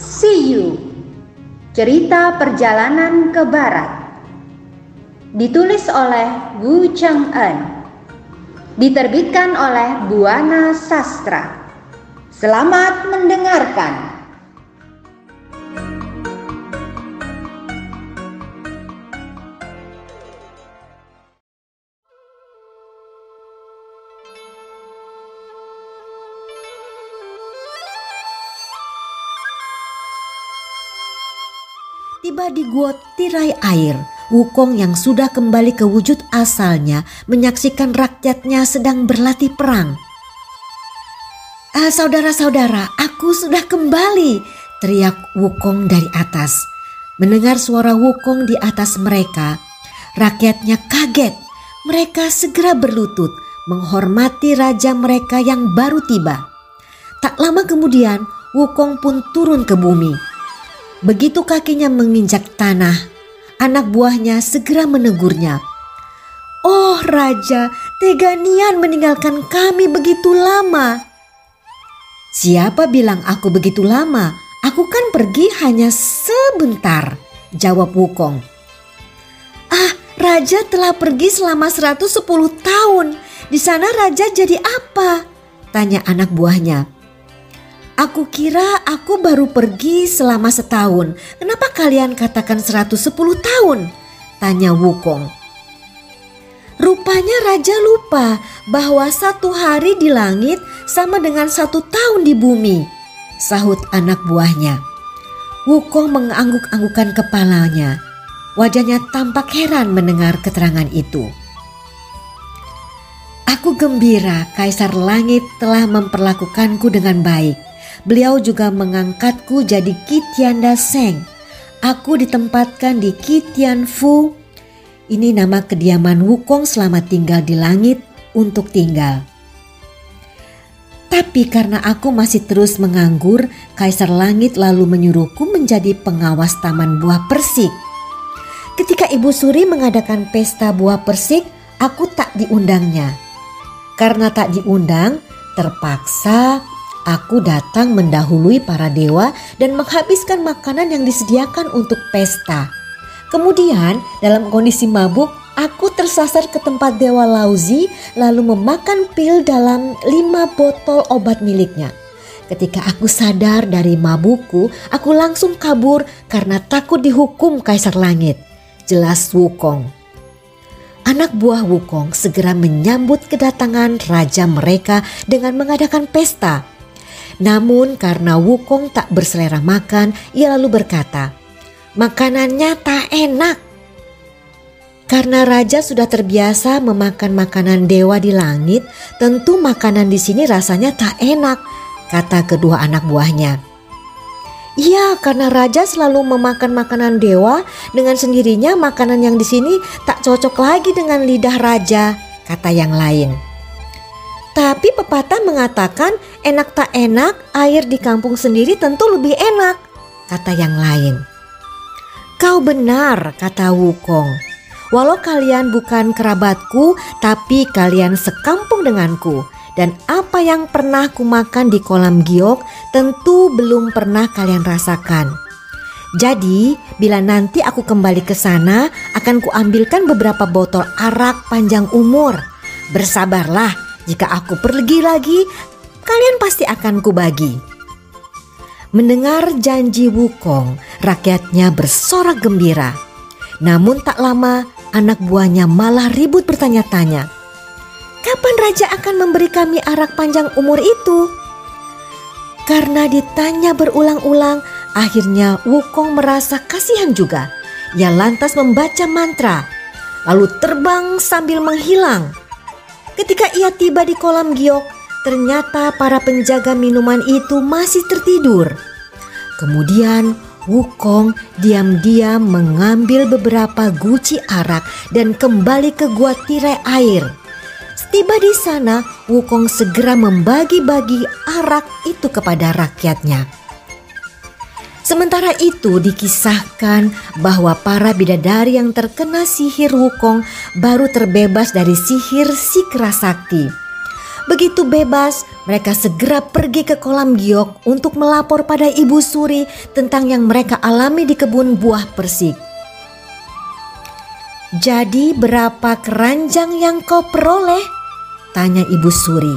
See You, cerita perjalanan ke barat. Ditulis oleh Wu Cheng-en. Diterbitkan oleh Buana Sastra. Selamat mendengarkan. Tiba di gua tirai air, Wukong yang sudah kembali ke wujud asalnya menyaksikan rakyatnya sedang berlatih perang. Saudara-saudara, aku sudah kembali, teriak Wukong dari atas. Mendengar suara Wukong di atas mereka, rakyatnya kaget. Mereka segera berlutut menghormati raja mereka yang baru tiba. Tak lama kemudian, Wukong pun turun ke bumi. Begitu kakinya menginjak tanah, anak buahnya segera menegurnya. "Oh Raja, tega nian meninggalkan kami begitu lama." "Siapa bilang aku begitu lama? Aku kan pergi hanya sebentar," jawab Wukong. Raja telah pergi selama 110 tahun. Di sana Raja jadi apa?" tanya anak buahnya. "Aku kira aku baru pergi selama setahun. Kenapa kalian katakan 110 tahun? Tanya Wukong. "Rupanya Raja lupa bahwa satu hari di langit sama dengan 1 tahun di bumi," sahut anak buahnya. Wukong mengangguk-anggukan kepalanya. Wajahnya tampak heran mendengar keterangan itu. "Aku gembira Kaisar Langit telah memperlakukanku dengan baik. Beliau juga mengangkatku jadi Qi Tianda Seng. Aku ditempatkan di Qi Tianfu." Ini nama kediaman Wukong selama tinggal di langit untuk tinggal. "Tapi karena aku masih terus menganggur, Kaisar Langit lalu menyuruhku menjadi pengawas Taman Buah Persik. Ketika Ibu Suri mengadakan pesta buah persik, aku tak diundangnya. Karena tak diundang, terpaksa aku datang mendahului para dewa dan menghabiskan makanan yang disediakan untuk pesta. Kemudian dalam kondisi mabuk, aku tersasar ke tempat Dewa Lauzi lalu memakan pil dalam 5 botol obat miliknya. Ketika aku sadar dari mabukku, aku langsung kabur karena takut dihukum Kaisar Langit," jelas Wukong. Anak buah Wukong segera menyambut kedatangan raja mereka dengan mengadakan pesta. Namun karena Wukong tak berselera makan, ia lalu berkata, "Makanannya tak enak." Karena raja sudah terbiasa memakan makanan dewa di langit, tentu makanan di sini rasanya tak enak, kata kedua anak buahnya. "Iya, karena raja selalu memakan makanan dewa, dengan sendirinya makanan yang di sini tak cocok lagi dengan lidah raja," kata yang lain. "Tapi pepatah mengatakan enak tak enak, air di kampung sendiri tentu lebih enak," kata yang lain. "Kau benar," kata Wukong. "Walau kalian bukan kerabatku, tapi kalian sekampung denganku. Dan apa yang pernah kumakan di kolam giok tentu belum pernah kalian rasakan. Jadi bila nanti aku kembali ke sana, akan kuambilkan beberapa botol arak panjang umur. Bersabarlah, jika aku pergi lagi, kalian pasti akan kubagi." Mendengar janji Wukong, rakyatnya bersorak gembira. Namun tak lama, anak buahnya malah ribut bertanya-tanya, "Kapan raja akan memberi kami arak panjang umur itu?" Karena ditanya berulang-ulang, akhirnya Wukong merasa kasihan juga. Ia lantas membaca mantra, lalu terbang sambil menghilang. Ketika ia tiba di kolam giok, ternyata para penjaga minuman itu masih tertidur. Kemudian Wukong diam-diam mengambil beberapa guci arak dan kembali ke gua tirai air. Tiba di sana, Wukong segera membagi-bagi arak itu kepada rakyatnya. Sementara itu dikisahkan bahwa para bidadari yang terkena sihir Wukong baru terbebas dari sihir si Kerasakti. Begitu bebas, mereka segera pergi ke kolam giok untuk melapor pada Ibu Suri tentang yang mereka alami di kebun buah persik. "Jadi berapa keranjang yang kau peroleh?" tanya Ibu Suri.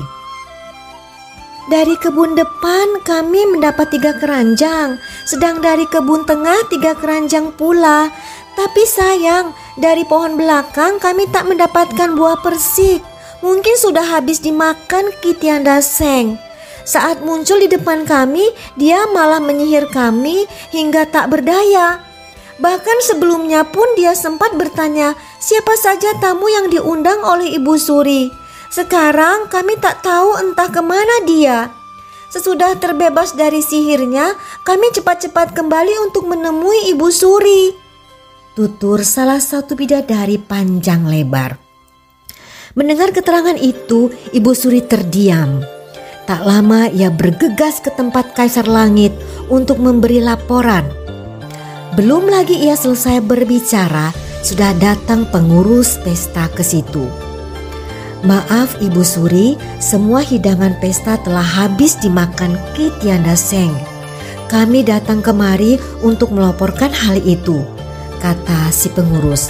"Dari kebun depan kami mendapat 3 keranjang, sedang dari kebun tengah 3 keranjang pula. Tapi sayang, dari pohon belakang kami tak mendapatkan buah persik. Mungkin sudah habis dimakan Ki Tianda Seng. Saat muncul di depan kami, dia malah menyihir kami hingga tak berdaya. Bahkan sebelumnya pun dia sempat bertanya siapa saja tamu yang diundang oleh Ibu Suri. Sekarang kami tak tahu entah kemana dia. Sesudah terbebas dari sihirnya, kami cepat-cepat kembali untuk menemui Ibu Suri," tutur salah satu bidadari panjang lebar. Mendengar keterangan itu, Ibu Suri terdiam. Tak lama ia bergegas ke tempat Kaisar Langit untuk memberi laporan. Belum lagi ia selesai berbicara, sudah datang pengurus pesta ke situ. "Maaf Ibu Suri, semua hidangan pesta telah habis dimakan Ki Tianda Seng. Kami datang kemari untuk melaporkan hal itu," kata si pengurus.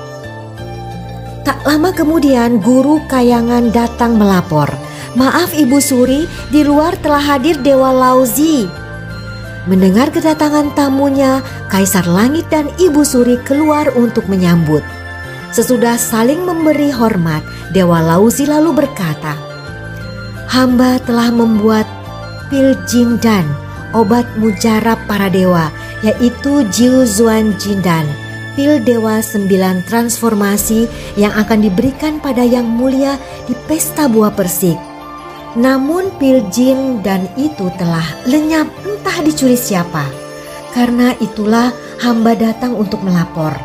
Tak lama kemudian guru kayangan datang melapor, "Maaf Ibu Suri, di luar telah hadir Dewa Lauzi." Mendengar kedatangan tamunya, Kaisar Langit dan Ibu Suri keluar untuk menyambut. Sesudah saling memberi hormat, Dewa Lauzi lalu berkata, "Hamba telah membuat pil Jindan, obat mujarab para dewa, yaitu Jiu Zuan Jindan, pil dewa 9 transformasi yang akan diberikan pada yang mulia di pesta buah persik. Namun pil jin dan itu telah lenyap, entah dicuri siapa. Karena itulah hamba datang untuk melapor."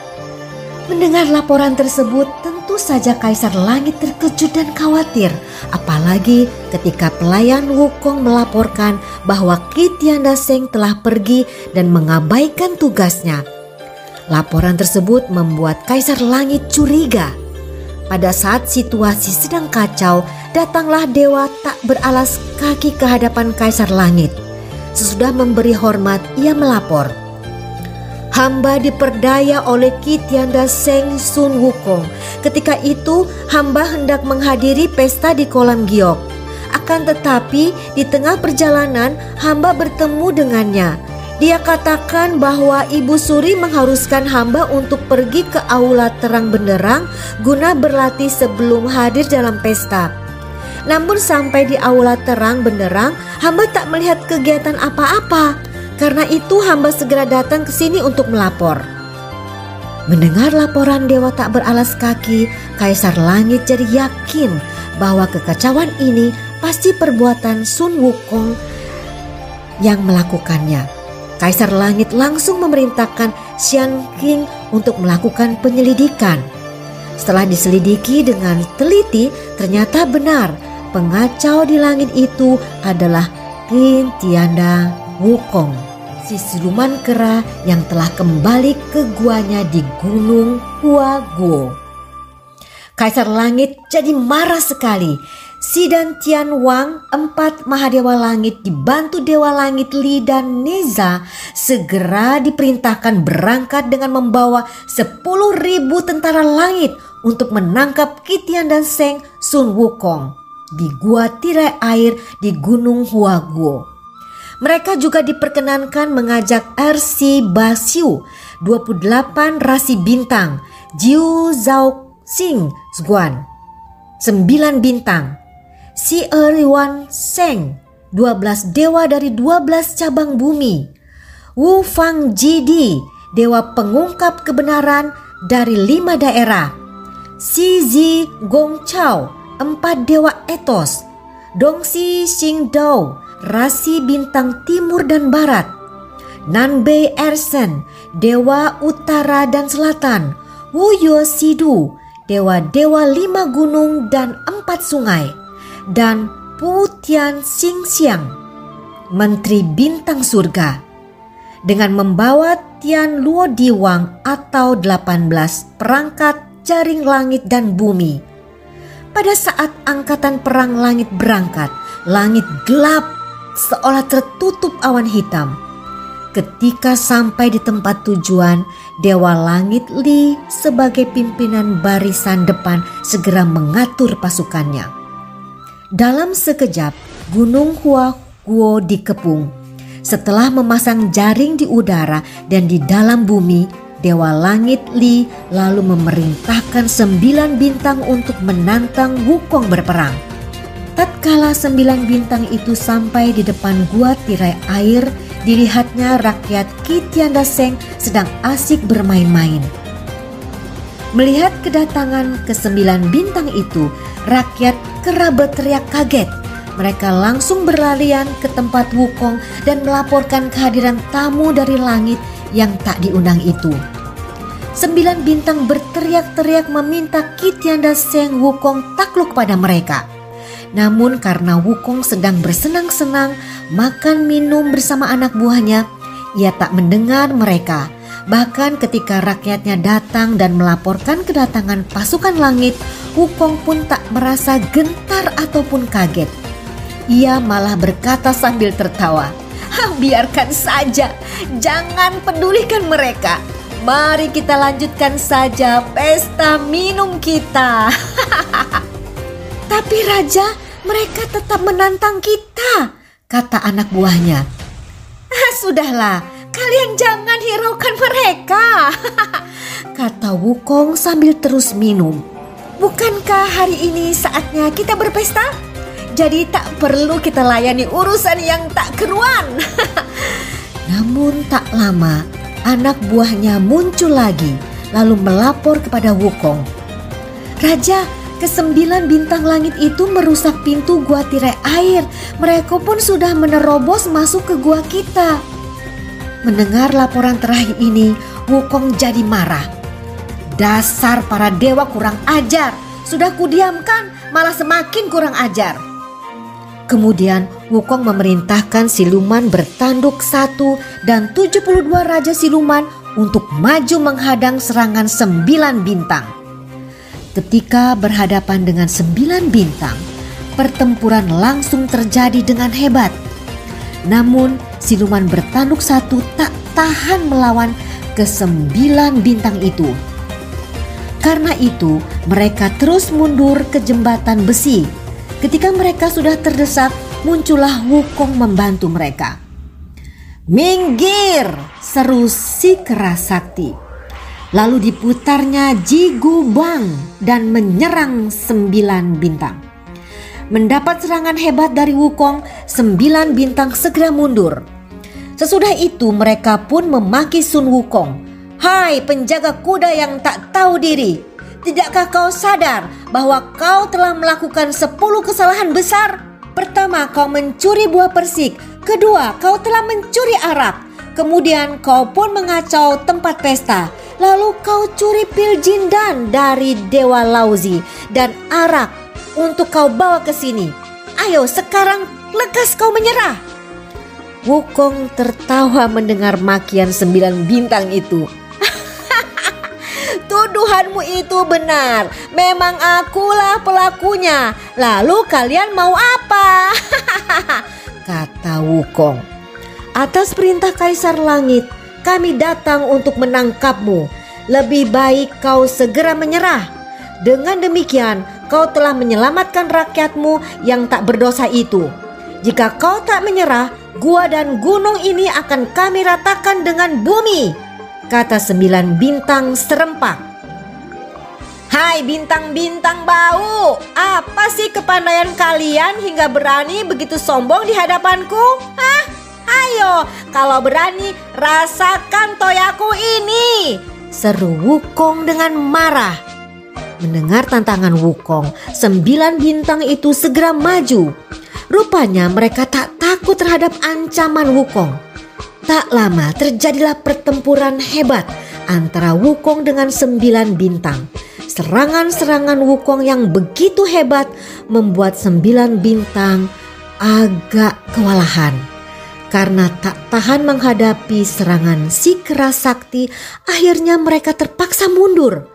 Mendengar laporan tersebut, tentu saja Kaisar Langit terkejut dan khawatir, apalagi ketika pelayan Wukong melaporkan bahwa Ki Tianda Seng telah pergi dan mengabaikan tugasnya. Laporan tersebut membuat Kaisar Langit curiga. Pada saat situasi sedang kacau, datanglah dewa tak beralas kaki ke hadapan Kaisar Langit. Sesudah memberi hormat, ia melapor, "Hamba diperdaya oleh Ki Tianda Seng Sun Wukong. Ketika itu hamba hendak menghadiri pesta di kolam giok. Akan tetapi di tengah perjalanan hamba bertemu dengannya. Dia katakan bahwa Ibu Suri mengharuskan hamba untuk pergi ke aula terang benderang guna berlatih sebelum hadir dalam pesta. Namun sampai di aula terang benderang, hamba tak melihat kegiatan apa-apa. Karena itu hamba segera datang ke sini untuk melapor." Mendengar laporan dewa tak beralas kaki, Kaisar Langit jadi yakin bahwa kekacauan ini pasti perbuatan Sun Wukong yang melakukannya. Kaisar Langit langsung memerintahkan Xian Qing untuk melakukan penyelidikan. Setelah diselidiki dengan teliti, ternyata benar pengacau di langit itu adalah Ki Tianda Wukong, si siluman kera yang telah kembali ke guanya di Gunung Huaguo. Kaisar Langit jadi marah sekali. Si dan Tian Wang, 4 Mahadewa Langit dibantu Dewa Langit Li dan Neza, segera diperintahkan berangkat dengan membawa 10.000 tentara langit untuk menangkap Ki Tianda Seng Sun Wukong di gua tirai air di Gunung Huaguo. Mereka juga diperkenankan mengajak RC Basiu, 28 rasi bintang, Jiu Zhao Xing Zguan, 9 bintang, Si Eriwan Seng, 12 dewa dari 12 cabang bumi, Wu Fang Jidi, dewa pengungkap kebenaran dari 5 daerah, Si Zi Gong Chao, 4 dewa etos, Dongxi Xing Dao, rasi bintang timur dan barat, Nanbei Ersen, dewa utara dan selatan, Wu Yo Sidu, dewa-dewa 5 gunung dan 4 sungai, dan Pu Tian Xing Xiang, menteri bintang surga, dengan membawa Tian Luo Diwang atau 18 perangkat jaring langit dan bumi. Pada saat angkatan perang langit berangkat, langit gelap seolah tertutup awan hitam. Ketika sampai di tempat tujuan, Dewa Langit Li sebagai pimpinan barisan depan segera mengatur pasukannya. Dalam sekejap, Gunung Huaguo dikepung. Setelah memasang jaring di udara dan di dalam bumi, Dewa Langit Li lalu memerintahkan 9 bintang untuk menantang Wukong berperang. Tatkala 9 bintang itu sampai di depan gua tirai air, dilihatnya rakyat Qi Tiandaseng sedang asik bermain-main. Melihat kedatangan ke-9 bintang itu, rakyat kera berteriak kaget. Mereka langsung berlarian ke tempat Wukong dan melaporkan kehadiran tamu dari langit yang tak diundang itu. 9 bintang berteriak-teriak meminta Qi Tiandaseng Wukong takluk pada mereka. Namun karena Wukong sedang bersenang-senang makan minum bersama anak buahnya, ia tak mendengar mereka. Bahkan ketika rakyatnya datang dan melaporkan kedatangan pasukan langit, Wukong pun tak merasa gentar ataupun kaget. Ia malah berkata sambil tertawa, "Biarkan saja, jangan pedulikan mereka. Mari kita lanjutkan saja pesta minum kita." "Tapi Raja, mereka tetap menantang kita," kata anak buahnya. "Sudahlah, kalian jangan hiraukan mereka," kata Wukong sambil terus minum. "Bukankah hari ini saatnya kita berpesta? Jadi tak perlu kita layani urusan yang tak keruan." Namun tak lama, anak buahnya muncul lagi lalu melapor kepada Wukong. "Raja, ke-9 bintang langit itu merusak pintu gua tirai air. Mereka pun sudah menerobos masuk ke gua kita." Mendengar laporan terakhir ini, Wukong jadi marah. "Dasar para dewa kurang ajar. Sudah kudiamkan, malah semakin kurang ajar." Kemudian Wukong memerintahkan siluman bertanduk 1 dan 72 raja siluman untuk maju menghadang serangan 9 bintang. Ketika berhadapan dengan 9 bintang, pertempuran langsung terjadi dengan hebat. Namun siluman bertanduk 1 tak tahan melawan ke-9 bintang itu. Karena itu mereka terus mundur ke jembatan besi. Ketika mereka sudah terdesak, muncullah Wukong membantu mereka. "Minggir!" seru si kera sakti. Lalu diputarnya Jigu Bang dan menyerang 9 bintang. Mendapat serangan hebat dari Wukong, 9 bintang segera mundur. Sesudah itu mereka pun memaki Sun Wukong. "Hai penjaga kuda yang tak tahu diri, tidakkah kau sadar bahwa kau telah melakukan 10 kesalahan besar? Pertama, kau mencuri buah persik. Kedua, kau telah mencuri arak. Kemudian kau pun mengacau tempat pesta. Lalu kau curi pil jindan dari Dewa Lauzi dan arak untuk kau bawa ke sini. Ayo sekarang lekas kau menyerah." Wukong tertawa mendengar makian 9 bintang itu. "Tuduhanmu itu benar. Memang akulah pelakunya. Lalu kalian mau apa?" kata Wukong. "Atas perintah Kaisar Langit, kami datang untuk menangkapmu. Lebih baik kau segera menyerah. Dengan demikian, kau telah menyelamatkan rakyatmu yang tak berdosa itu. Jika kau tak menyerah, gua dan gunung ini akan kami ratakan dengan bumi," kata 9 bintang serempak. "Hai bintang-bintang bau, apa sih kepandaian kalian hingga berani begitu sombong di hadapanku? Ayo, kalau berani rasakan toyaku ini," seru Wukong dengan marah. Mendengar tantangan Wukong, 9 bintang itu segera maju. Rupanya mereka tak takut terhadap ancaman Wukong. Tak lama terjadilah pertempuran hebat antara Wukong dengan 9 bintang. Serangan-serangan Wukong yang begitu hebat membuat 9 bintang agak kewalahan. Karena tak tahan menghadapi serangan si kera sakti, akhirnya mereka terpaksa mundur.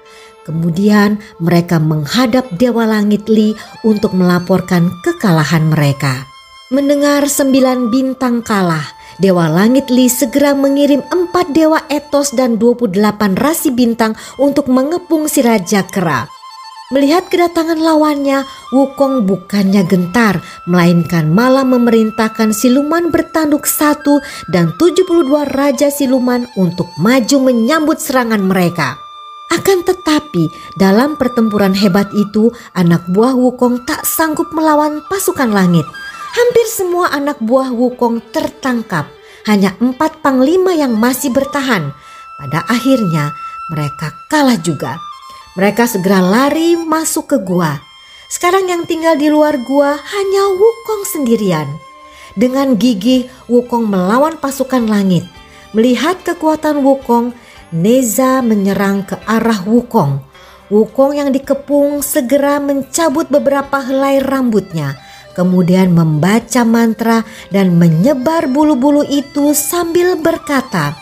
Kemudian mereka menghadap Dewa Langit Li untuk melaporkan kekalahan mereka. Mendengar 9 bintang kalah, Dewa Langit Li segera mengirim 4 dewa etos dan 28 rasi bintang untuk mengepung si Raja Kera. Melihat kedatangan lawannya, Wukong bukannya gentar, melainkan malah memerintahkan siluman bertanduk 1 dan 72 raja siluman untuk maju menyambut serangan mereka. Akan tetapi dalam pertempuran hebat itu, anak buah Wukong tak sanggup melawan pasukan langit. Hampir semua anak buah Wukong tertangkap, hanya 4 panglima yang masih bertahan. Pada akhirnya mereka kalah juga. Mereka segera lari masuk ke gua. Sekarang yang tinggal di luar gua hanya Wukong sendirian. Dengan gigih Wukong melawan pasukan langit. Melihat kekuatan Wukong, Neza menyerang ke arah Wukong. Wukong yang dikepung segera mencabut beberapa helai rambutnya, kemudian membaca mantra dan menyebar bulu-bulu itu sambil berkata,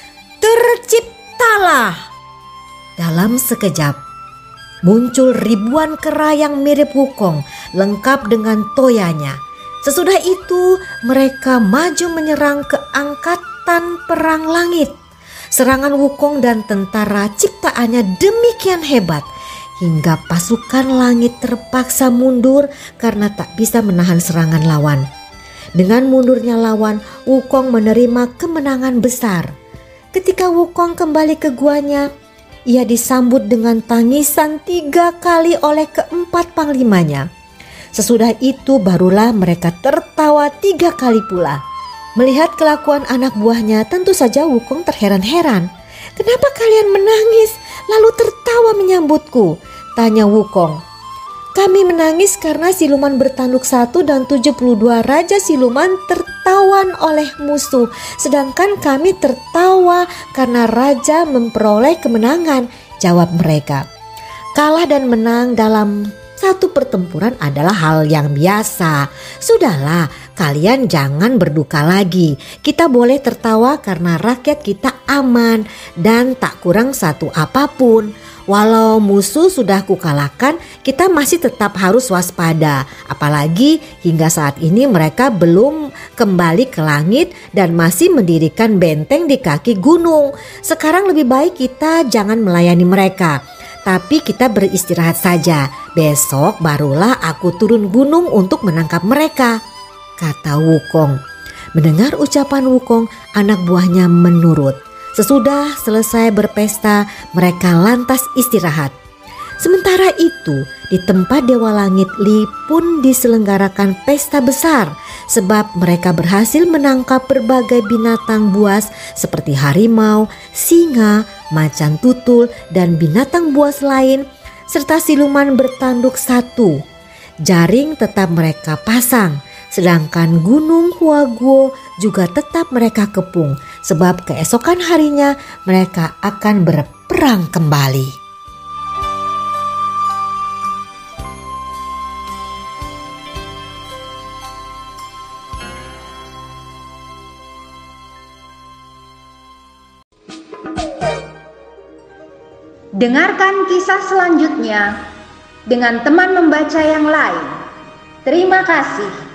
"Terciptalah!" Dalam sekejap, muncul ribuan kera yang mirip Wukong, lengkap dengan toyanya. Sesudah itu, mereka maju menyerang ke angkatan perang langit. Serangan Wukong dan tentara ciptaannya demikian hebat, hingga pasukan langit terpaksa mundur karena tak bisa menahan serangan lawan. Dengan mundurnya lawan, Wukong menerima kemenangan besar. Ketika Wukong kembali ke guanya, ia disambut dengan tangisan 3 kali oleh keempat panglimanya. Sesudah itu barulah mereka tertawa 3 kali pula. Melihat kelakuan anak buahnya, tentu saja Wukong terheran-heran. "Kenapa kalian menangis lalu tertawa menyambutku?" tanya Wukong. "Kami menangis karena siluman bertanduk 1 dan 72 raja siluman tertawan oleh musuh. Sedangkan kami tertawa karena raja memperoleh kemenangan," jawab mereka. Kalah dan menang dalam satu pertempuran adalah hal yang biasa. Sudahlah, kalian jangan berduka lagi. Kita boleh tertawa karena rakyat kita aman dan tak kurang satu apapun. Walau musuh sudah kukalahkan, kita masih tetap harus waspada. Apalagi hingga saat ini mereka belum kembali ke langit dan masih mendirikan benteng di kaki gunung. Sekarang lebih baik kita jangan melayani mereka, tapi kita beristirahat saja. Besok barulah aku turun gunung untuk menangkap mereka, kata Wukong. Mendengar ucapan Wukong, anak buahnya menurut. Sesudah selesai berpesta, mereka lantas istirahat. Sementara itu, di tempat Dewa Langit Li pun diselenggarakan pesta besar, sebab mereka berhasil menangkap berbagai binatang buas seperti harimau, singa, macan tutul, dan binatang buas lain, serta siluman bertanduk 1. Jaring tetap mereka pasang, sedangkan Gunung Huaguo juga tetap mereka kepung, sebab keesokan harinya mereka akan berperang kembali. Dengarkan kisah selanjutnya dengan teman membaca yang lain. Terima kasih.